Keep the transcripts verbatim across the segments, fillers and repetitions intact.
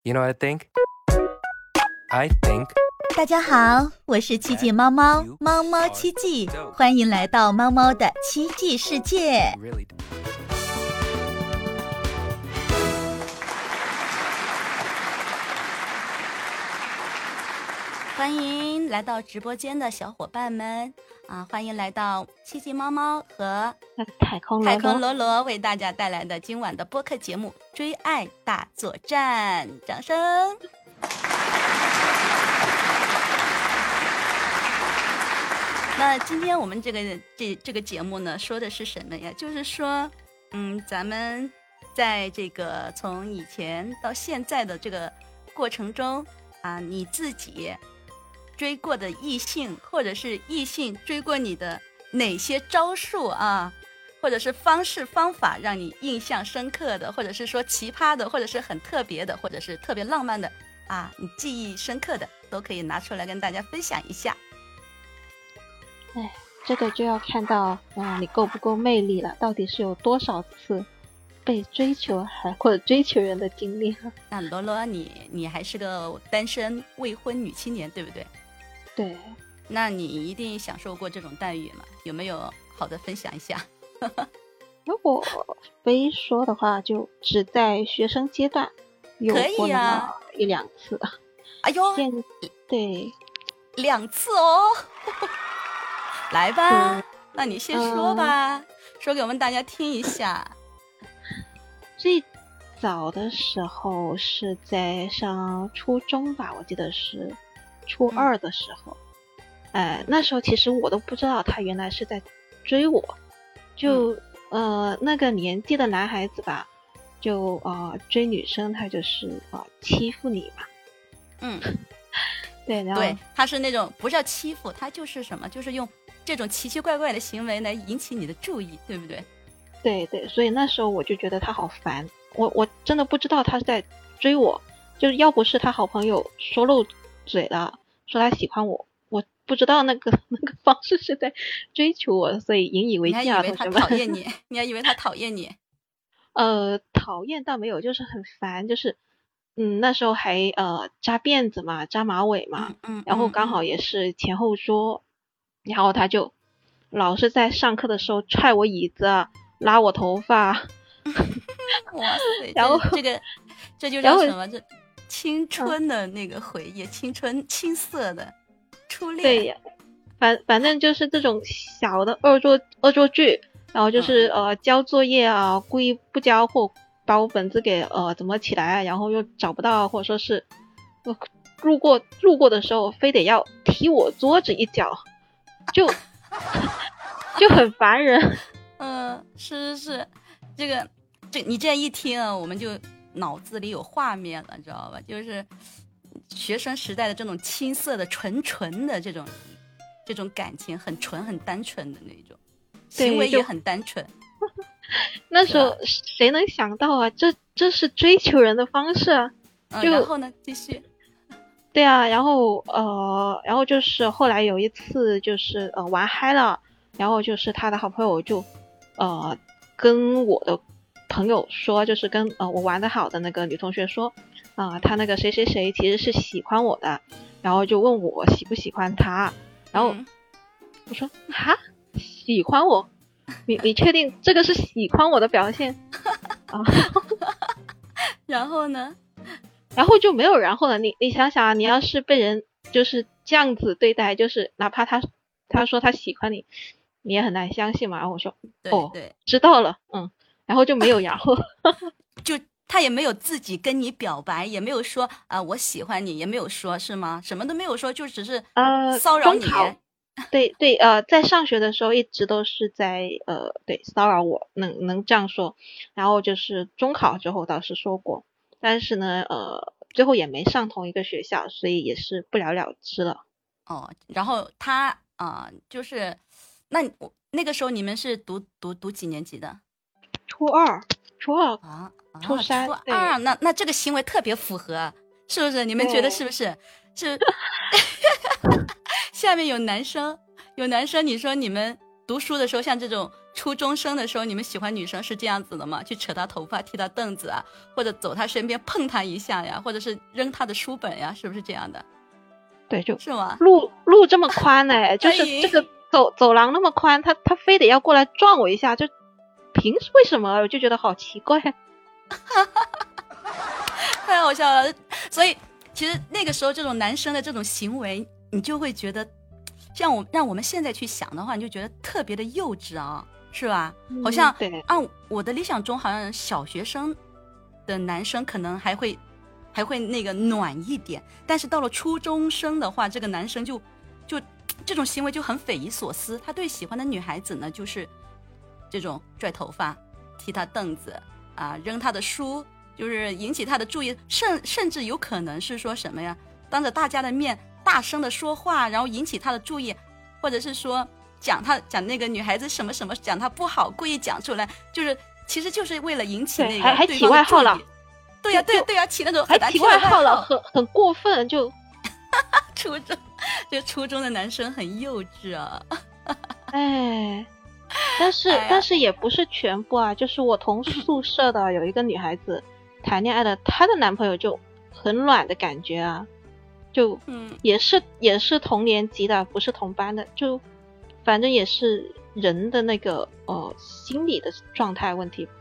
You know what I think? I think 大家好，我是奇迹猫猫，猫猫奇迹，欢迎来到猫猫的奇迹世界。 really 欢迎来到直播间的小伙伴们啊！欢迎来到奇迹猫猫和太空太空罗罗为大家带来的今晚的播客节目《追爱大作战》，掌声！那今天我们这个这这个节目呢，说的是什么呀？就是说，嗯，咱们在这个从以前到现在的这个过程中啊，你自己追过的异性，或者是异性追过你的哪些招数啊，或者是方式方法让你印象深刻的，或者是说奇葩的，或者是很特别的，或者是特别浪漫的啊，你记忆深刻的都可以拿出来跟大家分享一下。 哎，这个就要看到啊，你够不够魅力了，到底是有多少次被追求还或者追求人的经历了。 那罗罗，你你还是个单身未婚女青年，对不对？ 对。 那你一定享受过这种待遇嘛？有没有好的分享一下？ 如果非说的话，就只在学生阶段有过那么一两次。 哎呦， 现对， 两次哦。来吧，那你先说吧，嗯、说给我们大家听一下。 最早的时候是在上初中吧，我记得是初二的时候。嗯、呃，那时候其实我都不知道他原来是在追我，就、嗯、呃那个年纪的男孩子吧，就呃追女生他就是呃欺负你嘛。 嗯， 对，然后对，他是那种不叫欺负，他就是什么，就是用这种奇奇怪怪的行为来引起你的注意，对不对？ 对对，所以那时候我就觉得他好烦，我我真的不知道他是在追我，就是要不是他好朋友说漏嘴了，说他喜欢我，我不知道那个那个方式是在追求我，所以引以为戒啊， 同学们。你还以为他讨厌你？你还以为他讨厌你？ 呃，讨厌倒没有，就是很烦，就是嗯，那时候还呃扎辫子嘛，扎马尾嘛， 嗯嗯， 然后刚好也是前后桌，然后他就老是在上课的时候踹我椅子，拉我头发。 哇塞！ 然后这个这就叫什么？这青春的那个回忆，嗯、青春青涩的初恋。 对呀，反反正就是这种小的恶作恶作剧，然后就是、嗯、呃交作业啊，故意不交或把我本子给呃怎么起来，然后又找不到，或者说是呃路过路过的时候非得要踢我桌子一脚，就就很烦人。 嗯，是是是，这个这你这样一听啊，我们就脑子里有画面了，知道吧？就是学生时代的这种青涩的、纯纯的这种这种感情，很纯、很单纯的那种，行为也很单纯。 那时候谁能想到啊？这这是追求人的方式啊！ 嗯、然后呢，继续。 对啊，然后呃，然后就是后来有一次就是呃玩嗨了，然后就是他的好朋友就。呃，跟我的朋友说，就是跟呃我玩的好的那个女同学说，啊、呃，他那个谁谁谁其实是喜欢我的，然后就问我喜不喜欢他，然后、嗯、我说哈，喜欢我，你你确定这个是喜欢我的表现啊？ 然后呢？ 然后就没有然后了。你你想想啊，你要是被人就是这样子对待，就是哪怕他他说他喜欢你。你也很难相信嘛，然后我说对哦， 对， 知道了，嗯，然后就没有然后， 就他也没有自己跟你表白，也没有说啊、呃、我喜欢你，也没有说是吗？什么都没有说，就只是呃骚扰你。 对对，呃，在上学的时候一直都是在呃对骚扰我，能能这样说。然后就是中考之后倒是说过，但是呢，呃，最后也没上同一个学校，所以也是不了了之了。 哦，然后他啊、呃，就是。那那个时候你们是读读读几年级的？ 初二，初二啊， 初三， 初二。那那这个行为特别符合，是不是？你们觉得是不是？是。下面有男生，有男生，你说你们读书的时候，像这种初中生的时候，你们喜欢女生是这样子的吗？去扯她头发，踢她凳子啊，或者走她身边碰她一下呀，或者是扔她的书本呀，是不是这样的？ 对，就是吗？ 路路这么宽哎，就是这个走走廊那么宽，他他非得要过来撞我一下，就凭为什么？我就觉得好奇怪。 太好笑了。所以其实那个时候这种男生的这种行为，你就会觉得，像我让我们现在去想的话，你就觉得特别的幼稚啊，是吧？好像按我的理想中，好像小学生的男生可能还会还会那个暖一点，但是到了初中生的话，这个男生就就这种行为就很匪夷所思。他对喜欢的女孩子呢，就是这种拽头发、踢她凳子啊、扔她的书，就是引起她的注意，甚甚至有可能是说什么呀？当着大家的面大声的说话，然后引起她的注意，或者是说讲她讲那个女孩子什么什么，讲她不好，故意讲出来，就是其实就是为了引起那个还还起外号了。 对呀、啊、对呀、啊、对呀、啊，起那种还起外号了，很很过分，就初中这初中的男生很幼稚啊。 哎，但是、哎、但是也不是全部啊，就是我同宿舍的有一个女孩子谈恋爱的，她的男朋友就很暖的感觉啊，就也是、嗯、也是同年级的，不是同班的，就反正也是人的那个呃心理的状态问题。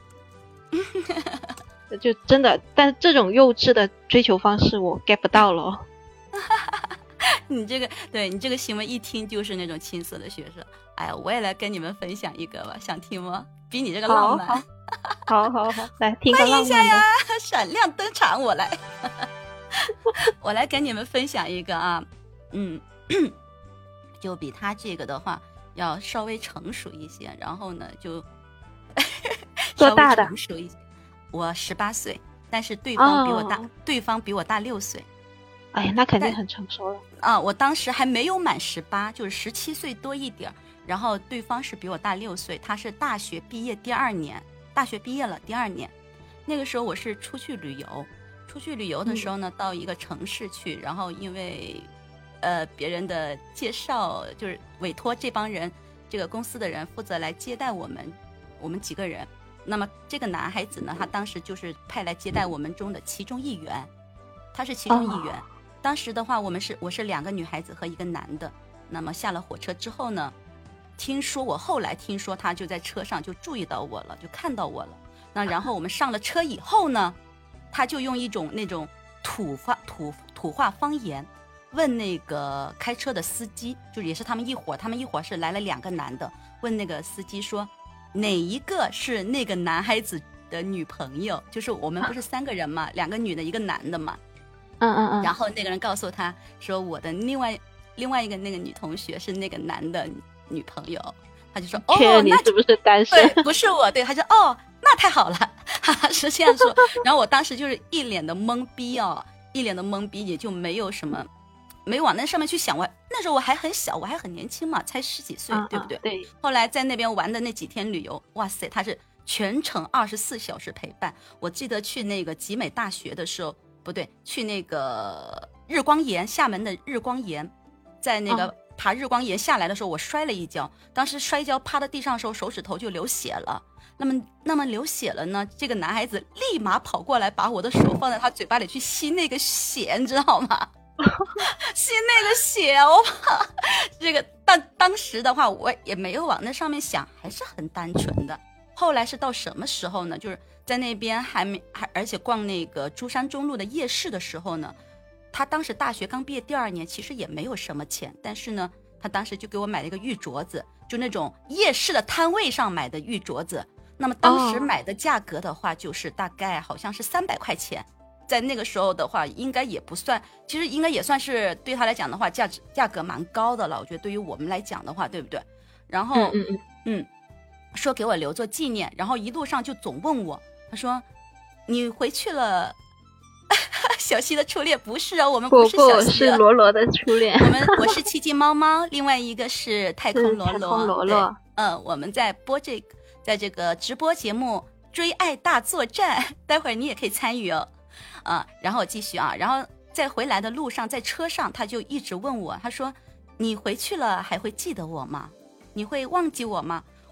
就真的，但是这种幼稚的追求方式我 get 不到了。 你这个对你这个行为一听就是那种青涩的学生。哎呀，我也来跟你们分享一个吧，想听吗？比你这个浪漫。 好好 好, 好来听个浪漫的。 欢迎一下呀，闪亮登场，我来。我来跟你们分享一个啊，嗯，就比他这个的话要稍微成熟一些，然后呢就多大的？ 成熟一些。我十八岁，但是对方比我大，哦、对方比我大六岁。 哎呀，那肯定很成熟了啊！我当时还没有满十八，就是十七岁多一点。然后对方是比我大六岁，他是大学毕业第二年，大学毕业了第二年。那个时候我是出去旅游，出去旅游的时候呢，嗯、到一个城市去，然后因为呃别人的介绍，就是委托这帮人，这个公司的人负责来接待我们，我们几个人。那么这个男孩子呢，他当时就是派来接待我们中的其中一员，他是其中一员。Oh. 当时的话，我们是我是两个女孩子和一个男的。那么下了火车之后呢，听说我后来听说他就在车上就注意到我了，就看到我了。那然后我们上了车以后呢，他就用一种那种土话土土话方言问那个开车的司机，就是也是他们一伙，他们一伙是来了两个男的，问那个司机说。哪一个是那个男孩子的女朋友？就是我们不是三个人嘛，啊、两个女的，一个男的嘛。 嗯嗯嗯。 然后那个人告诉他说，我的另外另外一个那个女同学是那个男的女朋友。他就说，哦， 你是不是单身？ 对，不是我。对，他说，哦，那太好了，哈哈，是这样说。然后我当时就是一脸的懵逼哦，一脸的懵逼，也就没有什么。没往那上面去想，我那时候我还很小，我还很年轻嘛，才十几岁， 啊、 对不对？ 对。 后来在那边玩的那几天旅游，哇塞，他是全程二十四小时陪伴。我记得去那个集美大学的时候，不对，去那个日光岩，厦门的日光岩，在那个爬日光岩下来的时候，我摔了一跤，当时摔跤趴在地上的时候，手指头就流血了。那么，那么流血了呢？这个男孩子立马跑过来，把我的手放在他嘴巴里去吸那个血，你知道吗？吸那个血，我怕这个。但当时的话，我也没有往那上面想，还是很单纯的。后来是到什么时候呢？就是在那边还没还而且逛那个珠山中路的夜市的时候呢，他当时大学刚毕业第二年，其实也没有什么钱，但是呢，他当时就给我买了一个玉镯子，就那种夜市的摊位上买的玉镯子。那么当时买的价格的话，就是大概好像是三百块钱。在那个时候的话，应该也不算，其实应该也算是对他来讲的话，价值价格蛮高的了。我觉得对于我们来讲的话，对不对？然后， 嗯嗯嗯，说给我留作纪念，然后一路上就总问我，他说：“你回去了？”小溪的初恋不是啊，我们不是小溪， 是罗罗的初恋。 我们我是奇迹猫猫，另外一个是太空罗罗。 太空罗罗， 嗯，我们在播这个，在这个直播节目《追爱大作战》，待会儿你也可以参与哦。啊，然后继续啊，然后在回来的路上，在车上，他就一直问我，他说：“你回去了还会记得我吗？你会忘记我吗？”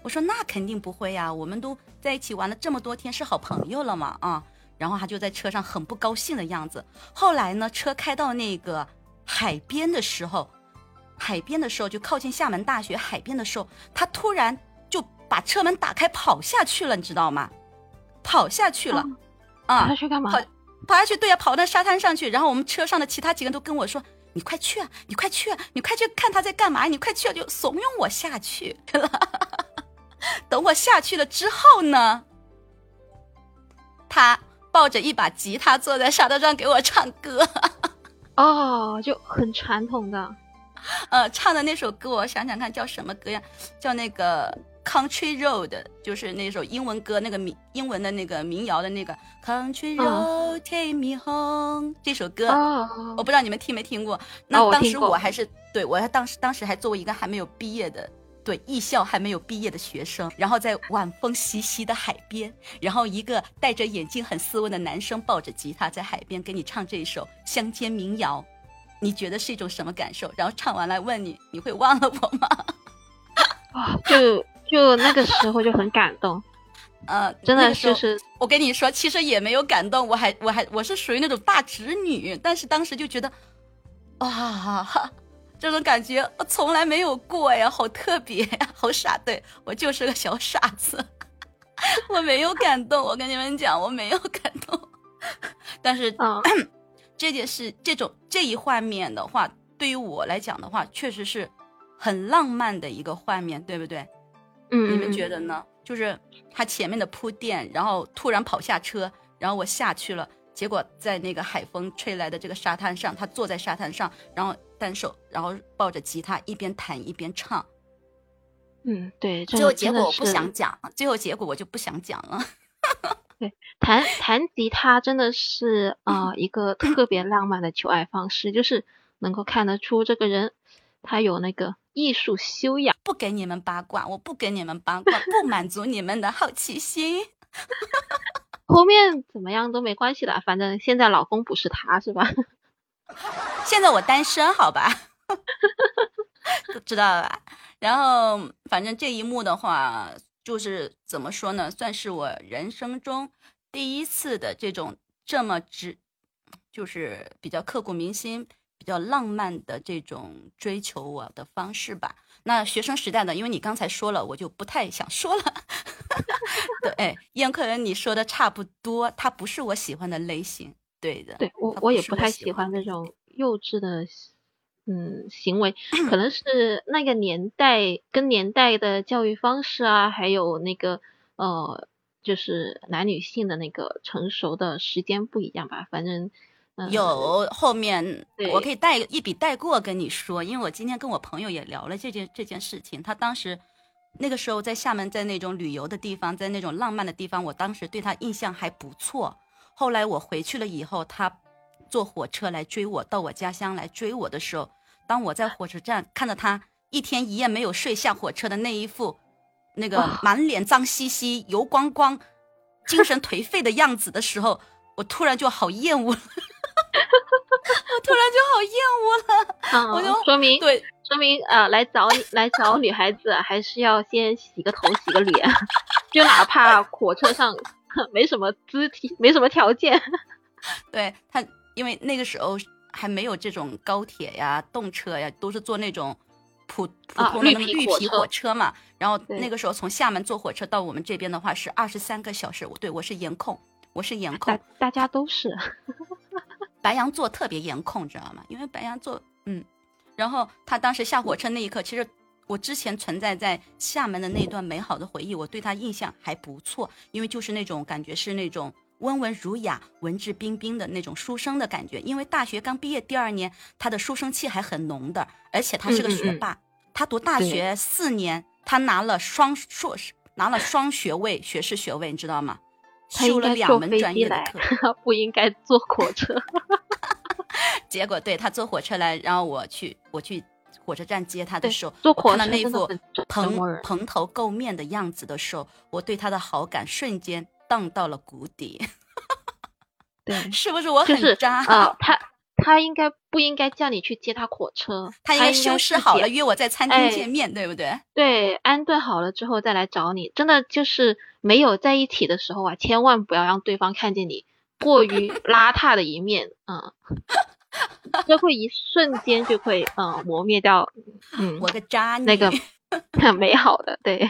我说那肯定不会呀、啊，我们都在一起玩了这么多天，是好朋友了嘛啊。然后他就在车上很不高兴的样子。后来呢，车开到那个海边的时候，海边的时候就靠近厦门大学海边的时候，他突然就把车门打开跑下去了，你知道吗？跑下去了， 嗯、 啊， 跑下去干嘛？ 跑跑下去，对呀、啊，跑到沙滩上去。然后我们车上的其他几个人都跟我说：“你快去啊，你快去啊，你快去看他在干嘛，你快去啊！”就怂恿我下去了。等我下去了之后呢，他抱着一把吉他坐在沙滩上给我唱歌。 哦，就很传统的。 呃，唱的那首歌我想想看叫什么歌呀？叫那个 Country Road， 就是那首英文歌，那个民英文的那个民谣的那个 Country Road、嗯、Take Me Home 这首歌、哦、我不知道你们听没听过。那当时我还是、哦、我对我还当时当时还作为一个还没有毕业的对艺校还没有毕业的学生，然后在晚风习习的海边，然后一个戴着眼镜很斯文的男生抱着吉他在海边给你唱这一首乡间民谣，你觉得是一种什么感受？然后唱完来问你，你会忘了我吗？ 啊，就就那个时候就很感动， 呃， 真的就是、那個、 我跟你说，其实也没有感动，我还我还我是属于那种大直女，但是当时就觉得，哇，这种感觉我从来没有过呀，好特别呀，好傻，对我就是个小傻子，我没有感动，我跟你们讲，我没有感动，但是。 嗯这件事这种这一画面的话，对于我来讲的话确实是很浪漫的一个画面，对不对？ 嗯， 你们觉得呢？就是他前面的铺垫，然后突然跑下车，然后我下去了，结果在那个海风吹来的这个沙滩上，他坐在沙滩上，然后单手然后抱着吉他一边弹一边唱。 嗯，对， 最后结果我不想讲，最后结果我就不想讲了。 对，弹弹吉他真的是啊、呃、一个特别浪漫的求爱方式，就是能够看得出这个人他有那个艺术修养。 不给你们八卦，我不给你们八卦，不满足你们的好奇心。 后面怎么样都没关系啦，反正现在老公不是他，是吧？ 现在我单身，好吧。知道了吧？然后反正这一幕的话。就是怎么说呢，算是我人生中第一次的这种这么直，就是比较刻骨铭心、比较浪漫的这种追求我的方式吧。那学生时代的，因为你刚才说了，我就不太想说了。对，哎，燕客人你说的差不多，他不是我喜欢的类型，对的。 对我我也不太喜欢那种幼稚的。嗯，行为可能是那个年代跟年代的教育方式啊，还有那个呃，就是男女性的那个成熟的时间不一样吧。反正、呃、 有后面我可以带一笔带过跟你说，因为我今天跟我朋友也聊了这件这件事情。他当时那个时候在厦门，在那种旅游的地方，在那种浪漫的地方，我当时对他印象还不错。后来我回去了以后，他坐火车来追我，到我家乡来追我的时候，当我在火车站看到他一天一夜没有睡下火车的那一副那个满脸脏兮兮、油光光、精神颓废的样子的时候，我突然就好厌恶了。我突然就好厌恶了。 嗯、 我就说明对， 说明呃，来找来找女孩子还是要先洗个头、洗个脸，就哪怕火车上没什么肢体、没什么条件。 对他，因为那个时候还没有这种高铁呀、动车呀，都是坐那种普普通的那个绿皮火车嘛。然后那个时候从厦门坐火车到我们这边的话是二十三个小时。对，我是颜控，我是颜控， 大大家都是。 白羊座特别颜控，知道吗？因为白羊座，嗯。然后他当时下火车那一刻，其实我之前存在在厦门的那段美好的回忆，我对他印象还不错，因为就是那种感觉是那种温文儒雅、文质彬彬的那种书生的感觉。因为大学刚毕业第二年，他的书生气还很浓的，而且他是个学霸。嗯嗯嗯，他读大学四年，他拿了双硕士，拿了双学位，学士学位，你知道吗？修了两门专业的课， 不应该坐火车。 结果对他坐火车来，然后我去我去火车站接他的时候， 坐火车我看到那副蓬蓬头垢面的样子的时候，我对他的好感瞬间荡到了谷底。 对， 是不是我很渣？ 就是呃、他他应该不应该叫你去接他火车， 他应该修饰好了约我在餐厅见面、哎、对不对？ 对，安顿好了之后再来找你。真的就是没有在一起的时候啊，千万不要让对方看见你过于邋遢的一面，嗯，这会一瞬间就会嗯磨灭掉，嗯， 我个渣女那个很美好的，对，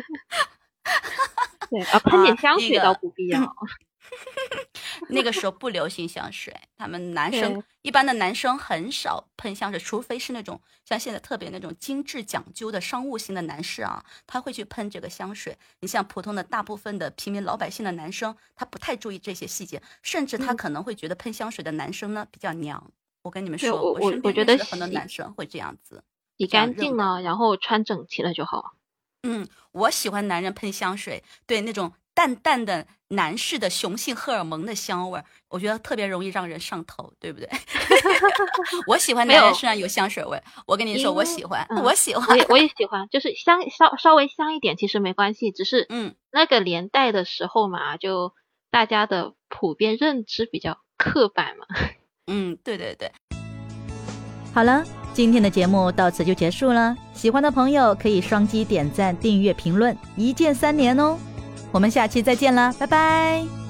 对啊，喷点香水倒不必要。啊那个、那个时候不流行香水，他们男生一般的男生很少喷香水，除非是那种像现在特别那种精致讲究的商务型的男士啊，他会去喷这个香水。你像普通的大部分的平民老百姓的男生，他不太注意这些细节，甚至他可能会觉得喷香水的男生呢比较娘。我跟你们说， 我我身边认识的很多男生会这样子， 洗干净了，然后穿整齐了就好。 嗯，我喜欢男人喷香水，对那种淡淡的男士的雄性荷尔蒙的香味，我觉得特别容易让人上头，对不对？我喜欢男人身上有香水味，我跟你说，我喜欢， 嗯、 我喜欢， 我也我也喜欢，就是香稍稍微香一点，其实没关系，只是嗯， 那个年代的时候嘛，就大家的普遍认知比较刻板嘛。 嗯，对对对。 好了，今天的节目到此就结束了。喜欢的朋友可以双击点赞、订阅、评论，一键三连哦。我们下期再见啦，拜拜。